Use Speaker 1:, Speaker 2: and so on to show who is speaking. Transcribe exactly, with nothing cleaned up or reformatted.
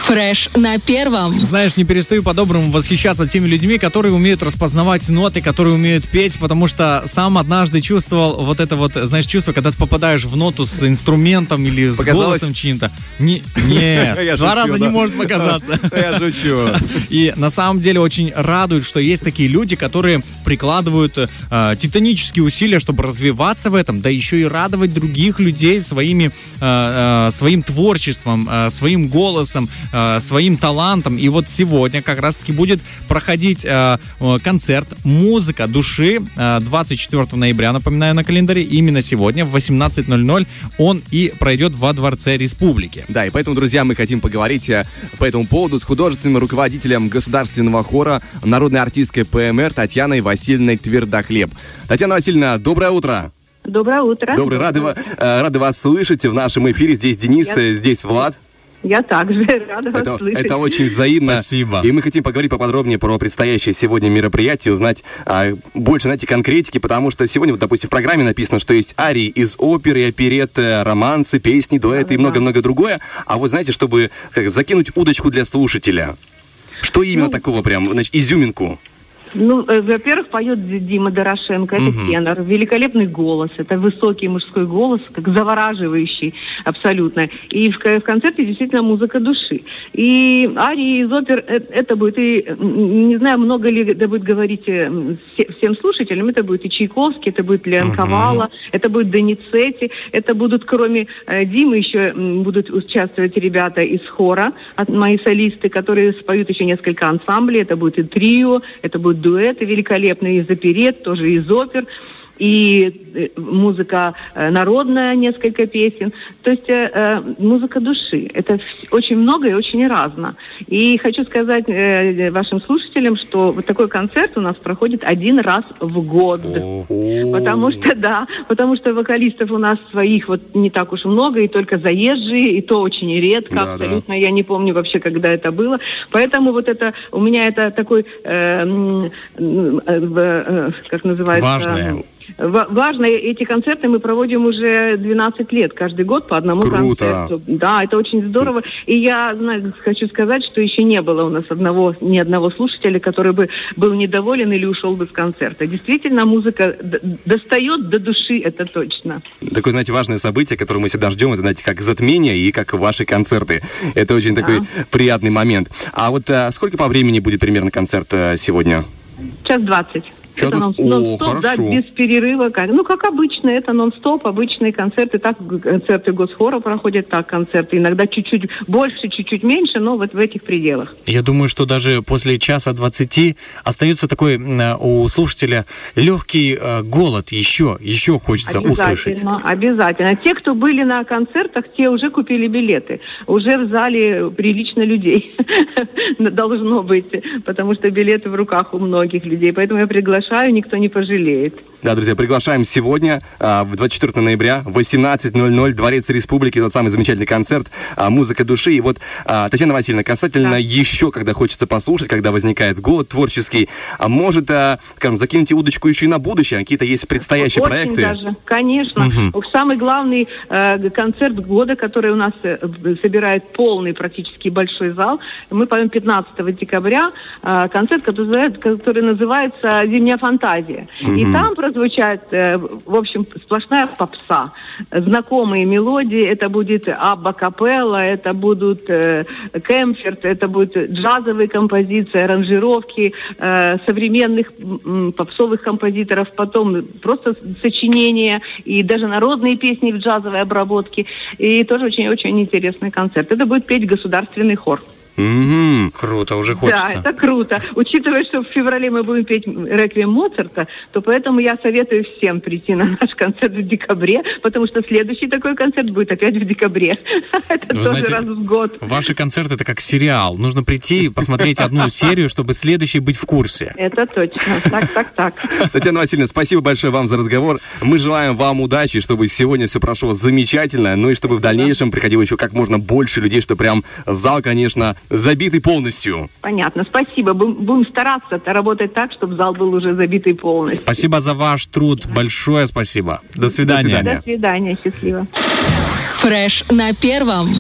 Speaker 1: Фреш на первом.
Speaker 2: Знаешь, не перестаю по-доброму восхищаться теми людьми, которые умеют распознавать ноты, которые умеют петь, потому что сам однажды чувствовал вот это вот, знаешь, чувство, когда ты попадаешь в ноту с инструментом или с
Speaker 3: Показалось?
Speaker 2: голосом чьим-то. Не, нет, два раза не может показаться.
Speaker 3: Я шучу.
Speaker 2: И на самом деле очень радует, что есть такие люди, которые прикладывают э, титанические усилия, чтобы развиваться в этом, да еще и радовать других людей своими, э, э, своим творчеством, э, своим голосом, э, своим талантом. И вот сегодня как раз-таки будет проходить э, концерт «Музыка души» э, двадцать четвёртого ноября, напоминаю, на календаре. Именно сегодня в восемнадцать ноль ноль он и пройдет во Дворце Республики.
Speaker 3: Да, и поэтому, друзья, мы хотим поговорить э, по этому поводу с художественным руководителем государственного хора, народной артисткой ПМР Татьяной Васильевной Твердохлеб. Татьяна Васильевна, доброе утро.
Speaker 4: Доброе утро.
Speaker 3: Доброе, рады, ва- э, рады вас слышать в нашем эфире. Здесь Денис,
Speaker 4: Я-
Speaker 3: э, здесь Влад.
Speaker 4: Я также рада вас
Speaker 3: Это,
Speaker 4: слышать.
Speaker 3: это очень взаимно.
Speaker 2: Спасибо.
Speaker 3: И мы хотим поговорить поподробнее про предстоящее сегодня мероприятие, узнать а, больше, знаете, конкретики, потому что сегодня, вот, допустим, в программе написано, что есть арии из оперы, оперетты, романсы, песни, дуэты и много-много другое. А вот, знаете, чтобы как, закинуть удочку для слушателя, что именно
Speaker 4: Ну,
Speaker 3: такого прям, значит, изюминку?
Speaker 4: Ну, э, во-первых, поет Дима Дорошенко, это
Speaker 3: Мгм.
Speaker 4: тенор, великолепный голос, это высокий мужской голос, как завораживающий абсолютно. И в, ко- в концерте действительно музыка души. И арии из опер, э, это будет, и м, не знаю, много ли это будет говорить э, м, все- всем слушателям, это будет и Чайковский, это будет Леон Ковала, это будет Доницетти, это будут, кроме э, Димы, еще м, будут участвовать ребята из хора, от- мои солисты, которые споют еще несколько ансамблей, это будет и трио, это будут дуэты великолепные из оперет, тоже из опер, и э, музыка э, народная, несколько песен. То есть э, э, музыка души. Это вс- очень много и очень разно. И хочу сказать э, вашим слушателям, что вот такой концерт у нас проходит один раз в год. Потому что, да, потому что вокалистов у нас своих вот не так уж много, и только заезжие, и то очень редко,
Speaker 3: Да,
Speaker 4: абсолютно. Я не помню вообще, когда это было. Поэтому вот это, у меня это такой, э, м, м, э, э, как называется...
Speaker 2: Важное.
Speaker 4: Ва- Важно, эти концерты мы проводим уже двенадцать лет, каждый год по одному
Speaker 3: Круто.
Speaker 4: концерту. Да, это очень здорово. И я знаю, хочу сказать, что еще не было у нас одного, ни одного слушателя, который бы был недоволен или ушел бы с концерта. Действительно, музыка д- достает до души, это точно.
Speaker 3: Такое, знаете, важное событие, которое мы всегда ждем, это, знаете, как затмение и как ваши концерты. Это очень такой приятный момент. А вот а, сколько по времени будет примерно концерт а, сегодня?
Speaker 4: Час двадцать.
Speaker 3: Чё
Speaker 4: Это
Speaker 3: тут?
Speaker 4: нон-
Speaker 3: О,
Speaker 4: нон-стоп, да,
Speaker 3: хорошо.
Speaker 4: без перерыва. Как, ну, как обычно, это нон-стоп, обычные концерты. Так концерты Госхора проходят, так концерты. Иногда чуть-чуть больше, чуть-чуть меньше, но вот в этих пределах.
Speaker 2: Я думаю, что даже после часа двадцати остается такой м, у слушателя легкий э, голод. Еще, еще хочется услышать.
Speaker 4: Обязательно, обязательно. Те, кто были на концертах, те уже купили билеты. Уже в зале прилично людей должно быть, потому что билеты в руках у многих людей. Поэтому я приглашаю, никто не пожалеет.
Speaker 3: Да, друзья, приглашаем сегодня, а, в двадцать четвёртого ноября, в восемнадцать ноль ноль, Дворец Республики, тот самый замечательный концерт а, «Музыка души». И вот, а, Татьяна Васильевна, касательно
Speaker 4: Да.
Speaker 3: еще, когда хочется послушать, когда возникает голод творческий, а может, а, скажем, закиньте удочку еще и на будущее, какие-то есть предстоящие
Speaker 4: Очень
Speaker 3: проекты?
Speaker 4: даже, конечно. Самый главный э, концерт года, который у нас э, собирает полный практически большой зал. Мы поем пятнадцатого декабря э, концерт, который, который называется «Зимняя фантазия». И там прозвучат, э, в общем, сплошная попса. Знакомые мелодии. Это будет Абба Капелла, это будут э, Кемферт, это будут джазовые композиции, аранжировки э, современных м, попсовых композиторов, потом просто сочинения и даже народные песни в джазовой обработке. И тоже очень-очень интересный концерт. Это будет петь государственный хор.
Speaker 3: Мгм.
Speaker 2: Круто, уже
Speaker 4: Да,
Speaker 2: хочется.
Speaker 4: это круто. Учитывая, что в феврале мы будем петь реквием Моцарта, то поэтому я советую всем прийти на наш концерт в декабре, потому что следующий такой концерт будет опять в декабре. Это
Speaker 2: Вы
Speaker 4: тоже
Speaker 2: знаете,
Speaker 4: раз в год.
Speaker 2: Ваши концерты — это как сериал. Нужно прийти, посмотреть одну серию, чтобы следующий быть в курсе.
Speaker 4: Это точно. Так, так, так.
Speaker 3: Татьяна Васильевна, спасибо большое вам за разговор. Мы желаем вам удачи, чтобы сегодня все прошло замечательно, ну и чтобы в дальнейшем приходило еще как можно больше людей, что прям зал, конечно, забитый полностью.
Speaker 4: Понятно. Спасибо. Будем, будем стараться работать так, чтобы зал был уже забитый полностью.
Speaker 2: Спасибо за ваш труд. Большое спасибо. До свидания.
Speaker 3: свидания.
Speaker 4: До свидания. Счастливо.
Speaker 1: Фреш на первом.